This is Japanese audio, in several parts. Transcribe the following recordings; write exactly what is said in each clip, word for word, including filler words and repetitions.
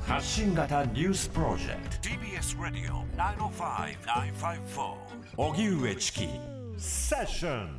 発信型ニュースプロジェクト ティービーエス ラディオきゅうまるご、きゅうごよん荻上チキセッション。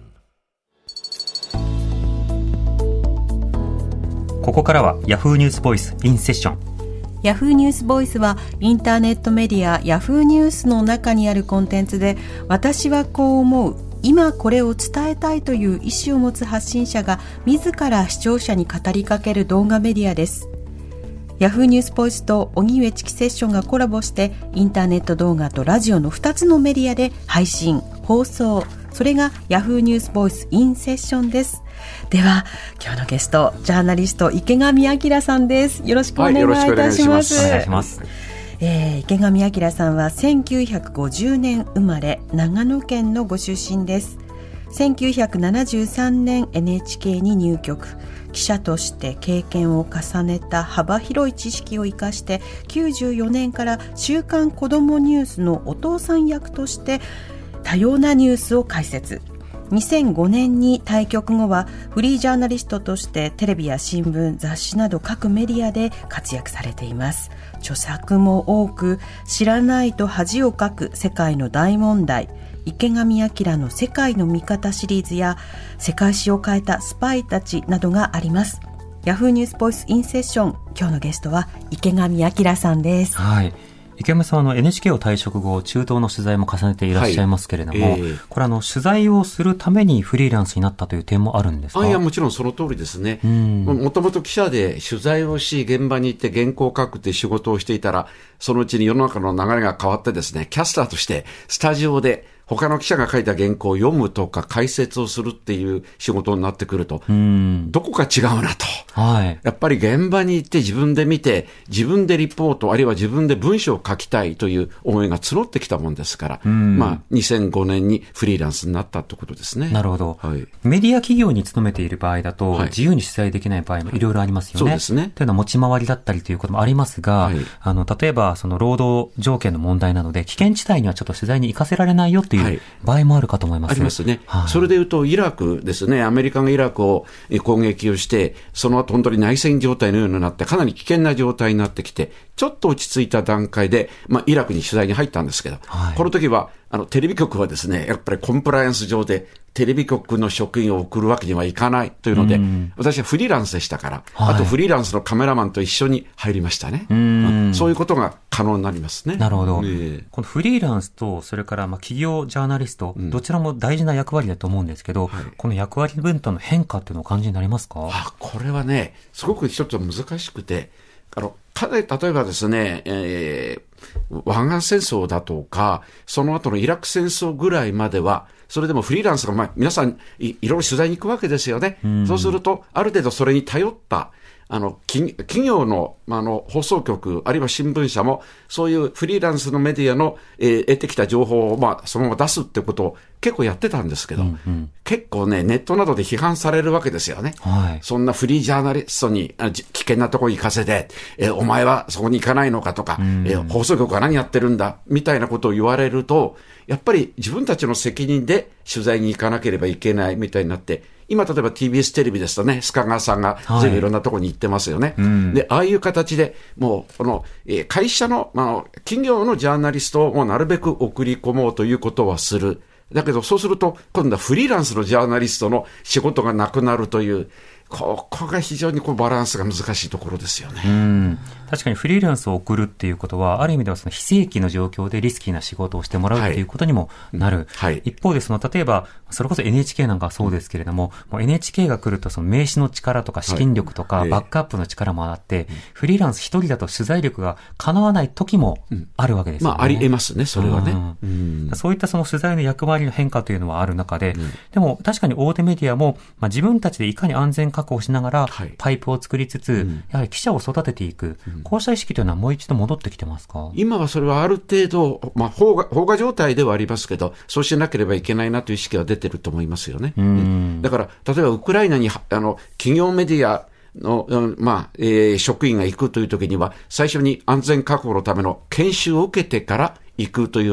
ここからは Yahoo ニュースボイスインセッション。 ヤフーニュースボイスはインターネットメディアヤフーニュースの中にあるコンテンツで、私はこう思う、今これを伝えたいという意思を持つ発信者が自ら視聴者に語りかける動画メディアです。ヤフーニュースボイスと荻上チキセッションがコラボして、インターネット動画とラジオのふたつのメディアで配信放送、それがヤフーニュースボイスインセッションです。では今日のゲスト、ジャーナリスト池上彰さんです。よろしくお願いいたします。 お願いします。 えー、池上彰さんはせんきゅうひゃくごじゅうねん生まれ、長野県のご出身です。せんきゅうひゃくななじゅうさんねん エヌエイチケー に入局、記者として経験を重ねた幅広い知識を生かして、きゅうじゅうよねんから週刊子どもニュースのお父さん役として多様なニュースを解説。にせんごねんに退局後はフリージャーナリストとしてテレビや新聞、雑誌など各メディアで活躍されています。著作も多く、知らないと恥をかく世界の大問題、池上彰の世界の見方シリーズや世界史を変えたスパイたちなどがあります。ヤフーニュースボイスインセッション、今日のゲストは池上彰さんです。 はい、池上さんはあの エヌエイチケー を退職後、中東の取材も重ねていらっしゃいますけれども、はいえー、これあの取材をするためにフリーランスになったという点もあるんですか？ あいやもちろんその通りですね。もともと記者で取材をし、現場に行って原稿を書くって仕事をしていたら、そのうちに世の中の流れが変わってですね、キャスターとしてスタジオで他の記者が書いた原稿を読むとか解説をするっていう仕事になってくると、うんどこか違うなと、はい、やっぱり現場に行って自分で見て自分でリポート、あるいは自分で文章を書きたいという思いが募ってきたもんですから、うんまあ、にせんごねんにフリーランスになったってことですね。 なるほど、はい、メディア企業に勤めている場合だと、はい、自由に取材できない場合もいろいろありますよね。 そうですね。 というのは持ち回りだったりということもありますが、はい、あの例えばその労働条件の問題なので危険地帯にはちょっと取材に行かせられないよという場合もあるかと思います。 ありますね、 はい、 それでいうとイラクですね。アメリカがイラクを攻撃をして、その後本当に内戦状態のようになってかなり危険な状態になってきて、ちょっと落ち着いた段階で、まあ、イラクに取材に入ったんですけど、はい、この時はあのテレビ局はですね、やっぱりコンプライアンス上でテレビ局の職員を送るわけにはいかないというので、私はフリーランスでしたから、はい、あとフリーランスのカメラマンと一緒に入りましたね。うんそういうことが可能になりますね。 なるほど、えー、このフリーランスとそれからまあ企業ジャーナリスト、うん、どちらも大事な役割だと思うんですけど、はい、この役割分担の変化っていうのをお感じになりますか？ あこれはね、すごく一つ難しくて、あの例えばですね、えー、湾岸戦争だとかその後のイラク戦争ぐらいまではそれでもフリーランスが、まあ、皆さん い, いろいろ取材に行くわけですよね。うそうするとある程度それに頼ったあの 企, 企業 の,、まあ、の放送局あるいは新聞社もそういうフリーランスのメディアの、えー、得てきた情報を、まあ、そのまま出すってことを結構やってたんですけど、うんうん、結構ねネットなどで批判されるわけですよね、はい、そんなフリージャーナリストに危険なところに行かせて、えー、お前はそこに行かないのかとか、うんえー、放送局は何やってるんだみたいなことを言われると、やっぱり自分たちの責任で取材に行かなければいけないみたいになって、今例えば ティービーエス テレビですとね、須賀川さんが全部いろんなところに行ってますよね、はいうん、でああいう形でもうこの、えー、会社の、まあ、企業のジャーナリストをもうなるべく送り込もうということはする。だけどそうすると今度はフリーランスのジャーナリストの仕事がなくなるという、ここが非常にこうバランスが難しいところですよね。 うん確かにフリーランスを送るっていうことはある意味ではその非正規の状況でリスキーな仕事をしてもらうっていうことにもなる、はいはい、一方でその例えばそれこそ エヌエイチケー なんかはそうですけれども、もう エヌエイチケー が来るとその名刺の力とか資金力とかバックアップの力もあって、はいえー、フリーランス一人だと取材力が叶わない時もあるわけですよね、 うんまあ、ありえますねそれはね、 うんうん、そういったその取材の役割の変化というのはある中で、うん、でも確かに大手メディアも、まあ、自分たちでいかに安全確保しながらパイプを作りつつ、はいうん、やはり記者を育てていく、うん、こうした意識というのはもう一度戻ってきてますか？ 今はそれはある程度、まあ、飽和、飽和状態ではありますけど、そうしなければいけないなという意識は出てると思いますよね。うんだから例えばウクライナにあの企業メディアの、まあえー、職員が行くというときには最初に安全確保のための研修を受けてから行くというような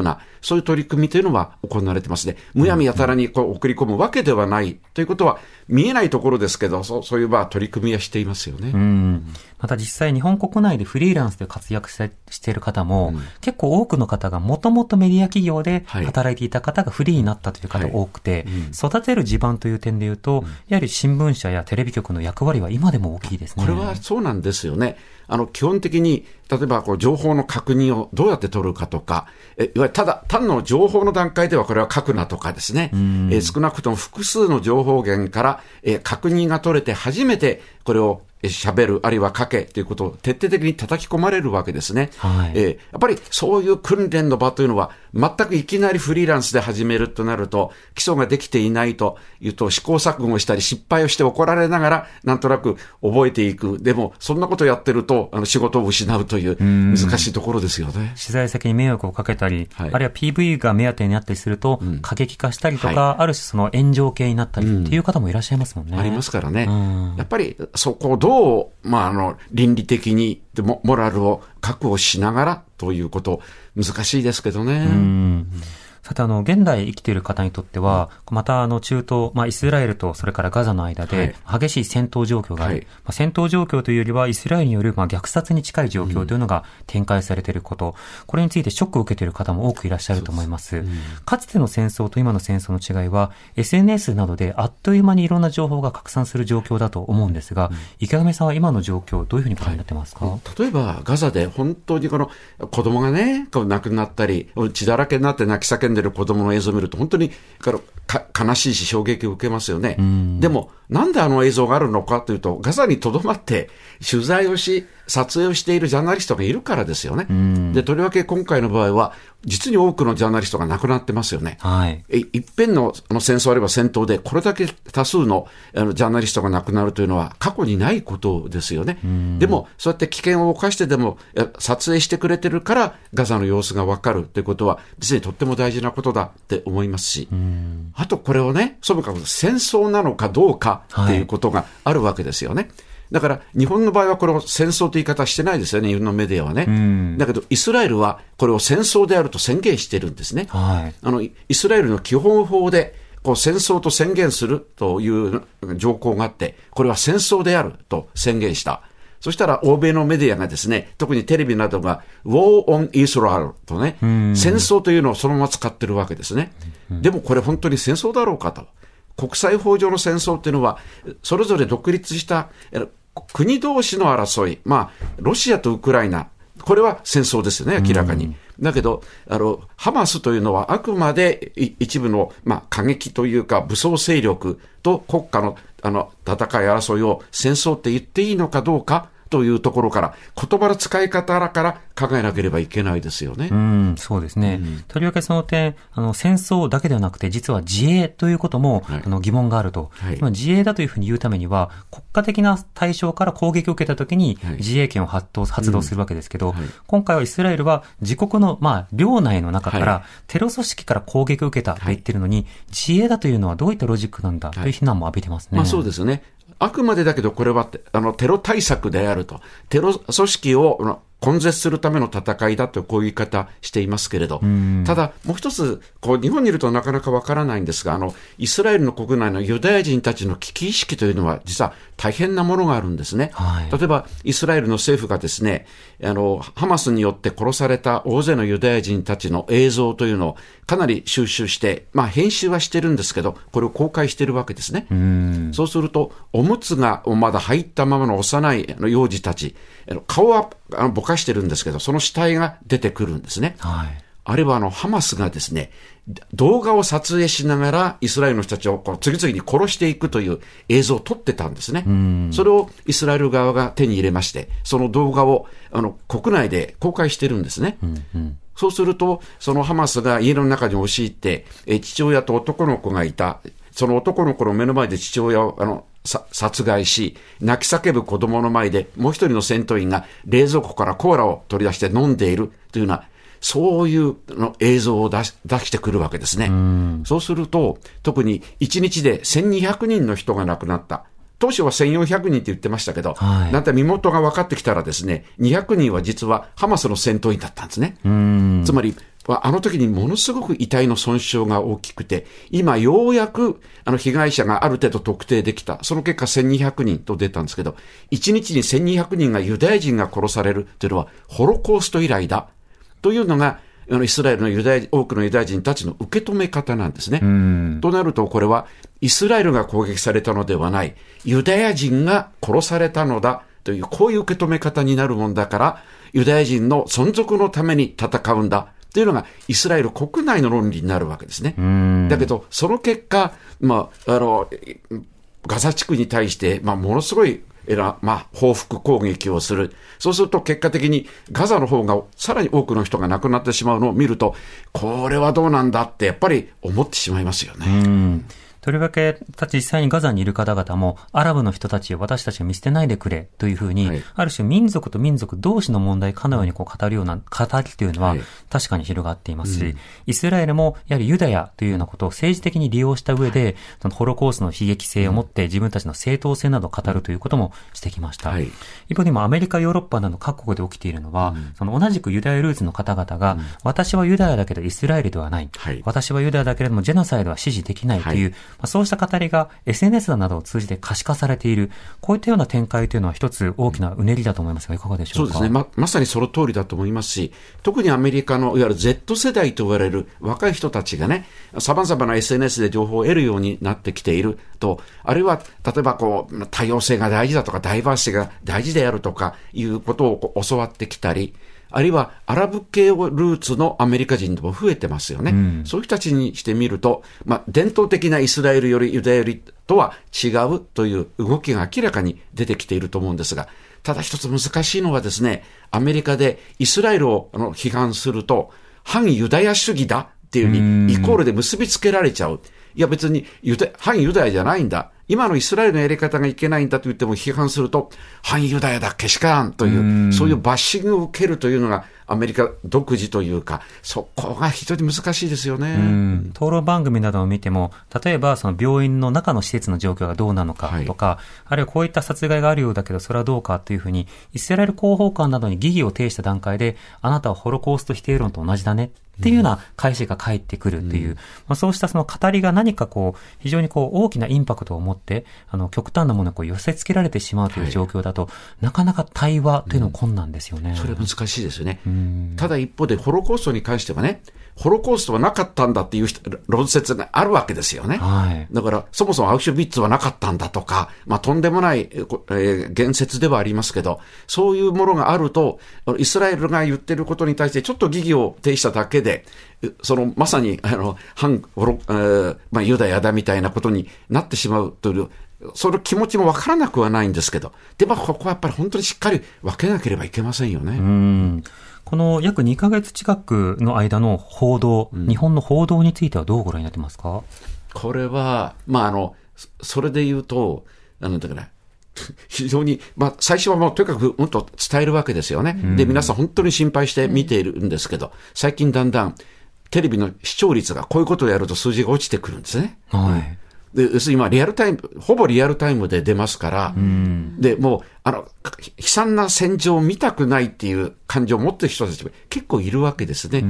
そういう取り組みというのは行われてますね。むやみやたらにこう送り込むわけではないということは見えないところですけど、そう、そういうまあ取り組みはしていますよね。 うん、また実際日本国内でフリーランスで活躍している方も、うん、結構多くの方がもともとメディア企業で働いていた方がフリーになったという方多くて、はいはいうん、育てる地盤という点でいうと、うん、やはり新聞社やテレビ局の役割は今でも大きいですね。 これはそうなんですよね。あの基本的に例えばこう情報の確認をどうやって取るかとか、えいわゆるただ単の情報の段階ではこれは書くなとかですね、え少なくとも複数の情報源からえ確認が取れて初めてこれを喋るあるいは書けということを徹底的に叩き込まれるわけですね、はいえー、やっぱりそういう訓練の場というのは全くいきなりフリーランスで始めるとなると基礎ができていないというと試行錯誤したり失敗をして怒られながらなんとなく覚えていく。でもそんなことをやってるとあの仕事を失うという難しいところですよね。 取材先に迷惑をかけたり、はい、あるいは ピーブイ が目当てになったりすると、うん、過激化したりとか、はい、ある種その炎上系になったりっていう方もいらっしゃいますもんね、 うん、ありますからね。やっぱりそこをどう、まあ、あの倫理的にでもモラルを確保しながらということ難しいですけどね。 うんさて、あの、現代生きている方にとっては、うん、また、あの、中東、まあ、イスラエルとそれからガザの間で、激しい戦闘状況がある。はい、まあ、戦闘状況というよりは、イスラエルによる、まあ、虐殺に近い状況というのが展開されていること、うん、これについてショックを受けている方も多くいらっしゃると思います。うん、かつての戦争と今の戦争の違いは、エスエヌエス などであっという間にいろんな情報が拡散する状況だと思うんですが、うん、池上さんは今の状況、どういうふうにご覧になってますか？はい、 例えば、ガザで本当にこの子供がね、こう亡くなったり、血だらけになって泣き叫んでる子供の映像見ると本当に悲しいし衝撃を受けますよね。でもなんであの映像があるのかというとガザにとどまって取材をし撮影をしているジャーナリストがいるからですよね。でとりわけ今回の場合は実に多くのジャーナリストが亡くなってますよね。はい、一遍のあの戦争あるいは戦闘でこれだけ多数のあのジャーナリストが亡くなるというのは過去にないことですよね。でもそうやって危険を冒してでも撮影してくれてるからガザの様子が分かるということは実にとっても大事なことだって思いますし、あとこれをねそもそも戦争なのかどうかっていうことがあるわけですよね。はい、だから日本の場合はこれを戦争という言い方してないですよね、日本のメディアはね。だけどイスラエルはこれを戦争であると宣言してるんですね。はい、あのイスラエルの基本法でこう戦争と宣言するという条項があってこれは戦争であると宣言した。そしたら欧米のメディアがですね、特にテレビなどが War on Israel とね、戦争というのをそのまま使ってるわけですね。でもこれ本当に戦争だろうかと。国際法上の戦争というのはそれぞれ独立した国同士の争い、まあロシアとウクライナ、これは戦争ですよね、明らかに。だけどあのハマスというのはあくまで一部の、まあ、過激というか武装勢力と国家の、あの戦い争いを戦争って言っていいのかどうかというところから言葉の使い方から考えなければいけないですよね。 うん、そうですね。うん、とりわけその点、あの戦争だけではなくて実は自衛ということも、はい、あの疑問があると。はい、自衛だというふうに言うためには国家的な対象から攻撃を受けたときに自衛権を発動、発動するわけですけど、うんはい、今回はイスラエルは自国の、まあ、領内の中からテロ組織から攻撃を受けたと言っているのに、はい、自衛だというのはどういったロジックなんだという非難も浴びてますね。 まあ、そうですね。あくまでだけどこれはあのテロ対策であると、テロ組織を根絶するための戦いだとこういう言い方していますけれど、ただもう一つこう日本にいるとなかなかわからないんですが、あのイスラエルの国内のユダヤ人たちの危機意識というのは実は大変なものがあるんですね。はい、例えばイスラエルの政府がですね、あのハマスによって殺された大勢のユダヤ人たちの映像というのをかなり収集して、まあ、編集はしてるんですけどこれを公開してるわけですね。うん、そうするとおむつがまだ入ったままの幼い幼児たち、顔はあのぼかしてるんですけどその死体が出てくるんですね。はい、あれはあのハマスがですね動画を撮影しながらイスラエルの人たちをこう次々に殺していくという映像を撮ってたんですね。それをイスラエル側が手に入れましてその動画をあの国内で公開してるんですね。うんうん、そうするとそのハマスが家の中に押し入ってえ父親と男の子がいた。その男の子の目の前で父親をあの殺害し泣き叫ぶ子供の前でもう一人の戦闘員が冷蔵庫からコーラを取り出して飲んでいるというようなそういうの映像を出し、出してくるわけですね。うそうすると特にいちにちでせんにひゃくにんの人が亡くなった。当初はせんよんひゃくにんって言ってましたけど、はい、なんて身元が分かってきたらですねにひゃくにんは実はハマスの戦闘員だったんですね。つまりあの時にものすごく遺体の損傷が大きくて、今ようやくあの被害者がある程度特定できた。その結果せんにひゃくにんと出たんですけど、いちにちにせんにひゃくにんがユダヤ人が殺されるというのはホロコースト以来だというのが、あのイスラエルのユダヤ多くのユダヤ人たちの受け止め方なんですね。となるとこれはイスラエルが攻撃されたのではない、ユダヤ人が殺されたのだという、こういう受け止め方になるもんだから、ユダヤ人の存続のために戦うんだというのがイスラエル国内の論理になるわけですね。だけどその結果、まあ、あのガザ地区に対して、まあ、ものすごいえら、まあ、報復攻撃をする。そうすると結果的にガザの方がさらに多くの人が亡くなってしまうのを見ると、これはどうなんだってやっぱり思ってしまいますよね。 うんとりわけ、実際にガザにいる方々も、アラブの人たちを私たちを見捨てないでくれというふうに、はい、ある種民族と民族同士の問題かのようにこう語るような語りというのは、確かに広がっていますし、はい、イスラエルもやはりユダヤというようなことを政治的に利用した上で、はい、そのホロコーストの悲劇性を持って自分たちの正当性などを語るということもしてきました。はい、一方で今アメリカ、ヨーロッパなど各国で起きているのは、うん、その同じくユダヤルーツの方々が、うん、私はユダヤだけどイスラエルではない。はい、私はユダヤだけれどもジェノサイドは支持できないという、はい、まあ、そうした語りが エスエヌエス などを通じて可視化されている、こういったような展開というのは一つ大きなうねりだと思いますが、いかがでしょうか。 そうですね、ま、まさにその通りだと思いますし、特にアメリカのいわゆる Z 世代と言われる若い人たちがね、様々な エスエヌエス で情報を得るようになってきていると、あるいは例えばこう多様性が大事だとかダイバーシティが大事であるとかいうことを教わってきたり、あるいはアラブ系ルーツのアメリカ人でも増えてますよね。うん、そういう人たちにしてみると、まあ、伝統的なイスラエルよりユダヤよりとは違うという動きが明らかに出てきていると思うんですが、ただ一つ難しいのはですね、アメリカでイスラエルをあの批判すると反ユダヤ主義だっていうふうにイコールで結びつけられちゃう。いや別にユダ反ユダヤじゃないんだ。今のイスラエルのやり方がいけないんだと言っても批判すると反ユダヤだけしからんという、うそういうバッシングを受けるというのがアメリカ独自というか、そこが非常に難しいですよね。 うん討論番組などを見ても、例えばその病院の中の施設の状況がどうなのかとか、はい、あるいはこういった殺害があるようだけどそれはどうかというふうにイスラエル広報官などに疑義を呈した段階で、あなたはホロコースト否定論と同じだねっていうような返しが返ってくるという、うんまあ、そうしたその語りが何かこう非常にこう大きなインパクトを持ってあの極端なものをこう寄せ付けられてしまうという状況だと、はい、なかなか対話というのは困難ですよね。 うん、それは難しいですよね。うんただ一方でホロコーストに関してはね、ホロコーストはなかったんだっていう論説があるわけですよね。はい、だからそもそもアウシュビッツはなかったんだとか、まあとんでもない、えー、言説ではありますけど、そういうものがあるとイスラエルが言ってることに対してちょっと疑義を呈しただけで、そのまさにあの反ホロ、えーまあ、ユダヤだみたいなことになってしまうという、その気持ちもわからなくはないんですけど、でもここはやっぱり本当にしっかり分けなければいけませんよね。 うんこの約にかげつ近くの間の報道、うん、日本の報道についてはどうご覧になってますか。 これは、まあ、あの、それで言うと、なんだかな、非常に、まあ、最初はもうとにかくうんと伝えるわけですよね。うん、で、皆さん本当に心配して見ているんですけど、最近だんだんテレビの視聴率がこういうことをやると数字が落ちてくるんですね。はい。で、要するに今リアルタイム、ほぼリアルタイムで出ますから、うん、で、もう、あの、悲惨な戦場を見たくないっていう感情を持ってる人たちが結構いるわけですね。うん、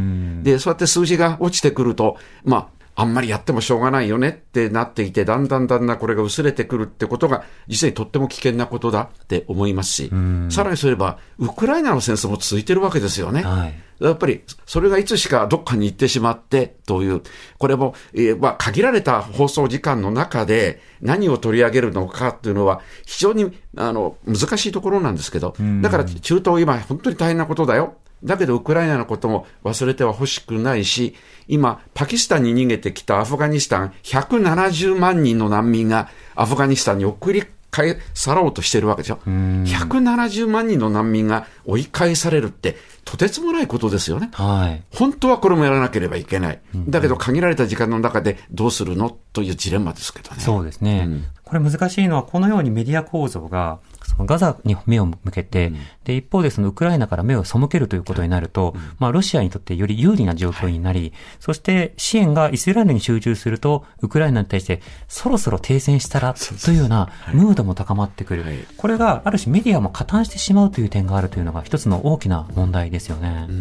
で、そうやって数字が落ちてくると、まあ、あんまりやってもしょうがないよねってなっていて、だんだんだんだんこれが薄れてくるってことが、実際とっても危険なことだって思いますし、うん、さらにすれば、ウクライナの戦争も続いてるわけですよね。はい、やっぱり、それがいつしかどっかに行ってしまってという、これも、えー、まあ、限られた放送時間の中で何を取り上げるのかというのは、非常に、あの、難しいところなんですけど、だから中東今本当に大変なことだよ。だけどウクライナのことも忘れては欲しくないし、今パキスタンに逃げてきたアフガニスタンひゃくななじゅうまんにんの難民がアフガニスタンに送り返さろうとしてるわけでしょ。ひゃくななじゅうまんにんの難民が追い返されるってとてつもないことですよね。はい、本当はこれもやらなければいけない。だけど限られた時間の中でどうするのというジレンマですけどね。 そうですね。うん、これ難しいのはこのようにメディア構造がそのガザに目を向けて、うん、で一方でそのウクライナから目を背けるということになると、うんまあ、ロシアにとってより有利な状況になり、はい、そして支援がイスラエルに集中するとウクライナに対してそろそろ停戦したらというようなムードも高まってくる、はい、これがある種メディアも加担してしまうという点があるというのが一つの大きな問題ですよね。 うん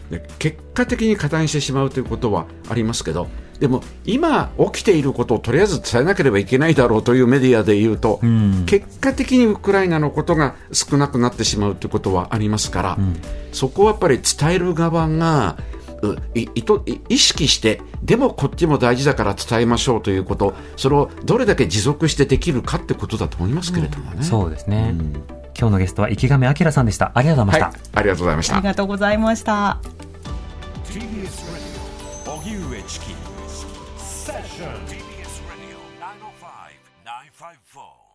で結果的に加担してしまうということはありますけど、でも今起きていることをとりあえず伝えなければいけないだろうというメディアでいうと、うん、結果的にウクライナのことが少なくなってしまうということはありますから、うん、そこはやっぱり伝える側がいいと意識して、でもこっちも大事だから伝えましょうということ、それをどれだけ持続してできるかってことだと思いますけれどもね、うん、 そうですね、うん、今日のゲストは池上彰さんでした。ありがとうございました、 はい、ありがとうございました。 ありがとうございました。 ティービーエス ラジオ荻上チキセッション ティービーエス ラジオナインオーファイブナインファイブフォー